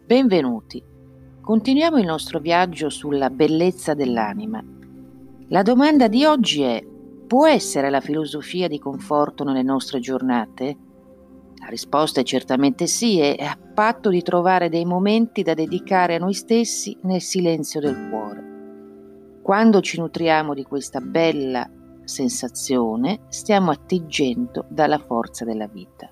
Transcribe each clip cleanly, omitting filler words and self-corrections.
Benvenuti. Continuiamo il nostro viaggio sulla bellezza dell'anima. La domanda di oggi è: può essere la filosofia di conforto nelle nostre giornate? La risposta è certamente sì, e a patto di trovare dei momenti da dedicare a noi stessi nel silenzio del cuore. Quando ci nutriamo di questa bella sensazione, stiamo attingendo dalla forza della vita.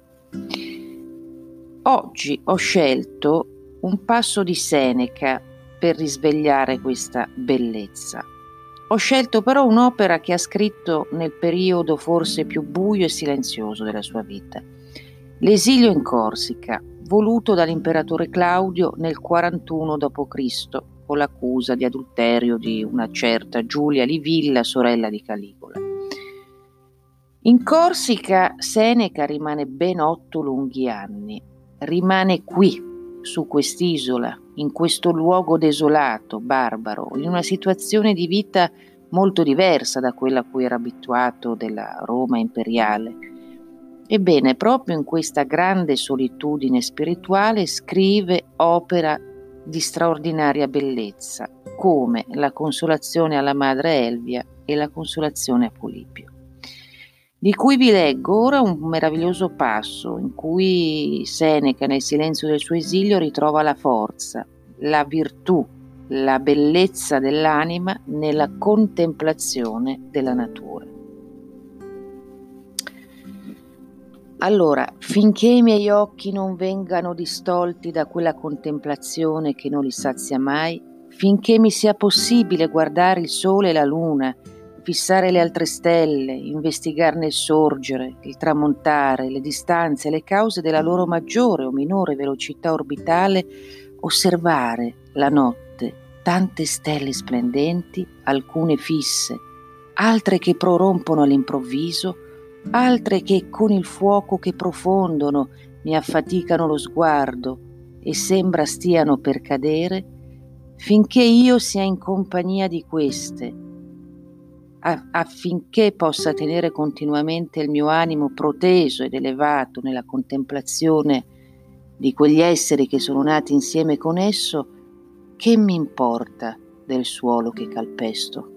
Oggi ho scelto un passo di Seneca per risvegliare questa bellezza. Ho scelto però un'opera che ha scritto nel periodo forse più buio e silenzioso della sua vita. L'esilio in Corsica, voluto dall'imperatore Claudio nel 41 d.C., con l'accusa di adulterio di una certa Giulia Livilla, sorella di Caligola. In Corsica Seneca rimane ben 8 lunghi anni. Rimane qui, su quest'isola, in questo luogo desolato, barbaro, in una situazione di vita molto diversa da quella a cui era abituato della Roma imperiale. Ebbene, proprio in questa grande solitudine spirituale scrive opera di straordinaria bellezza, come la Consolazione alla Madre Elvia e la Consolazione a Polipio, di cui vi leggo ora un meraviglioso passo in cui Seneca, nel silenzio del suo esilio, ritrova la forza, la virtù, la bellezza dell'anima nella contemplazione della natura. Allora, finché i miei occhi non vengano distolti da quella contemplazione che non li sazia mai, finché mi sia possibile guardare il sole e la luna, fissare le altre stelle, investigarne il sorgere, il tramontare, le distanze, le cause della loro maggiore o minore velocità orbitale, osservare la notte, tante stelle splendenti, alcune fisse, altre che prorompono all'improvviso, altre che con il fuoco che profondono mi affaticano lo sguardo e sembra stiano per cadere, finché io sia in compagnia di queste, affinché possa tenere continuamente il mio animo proteso ed elevato nella contemplazione di quegli esseri che sono nati insieme con esso, che mi importa del suolo che calpesto?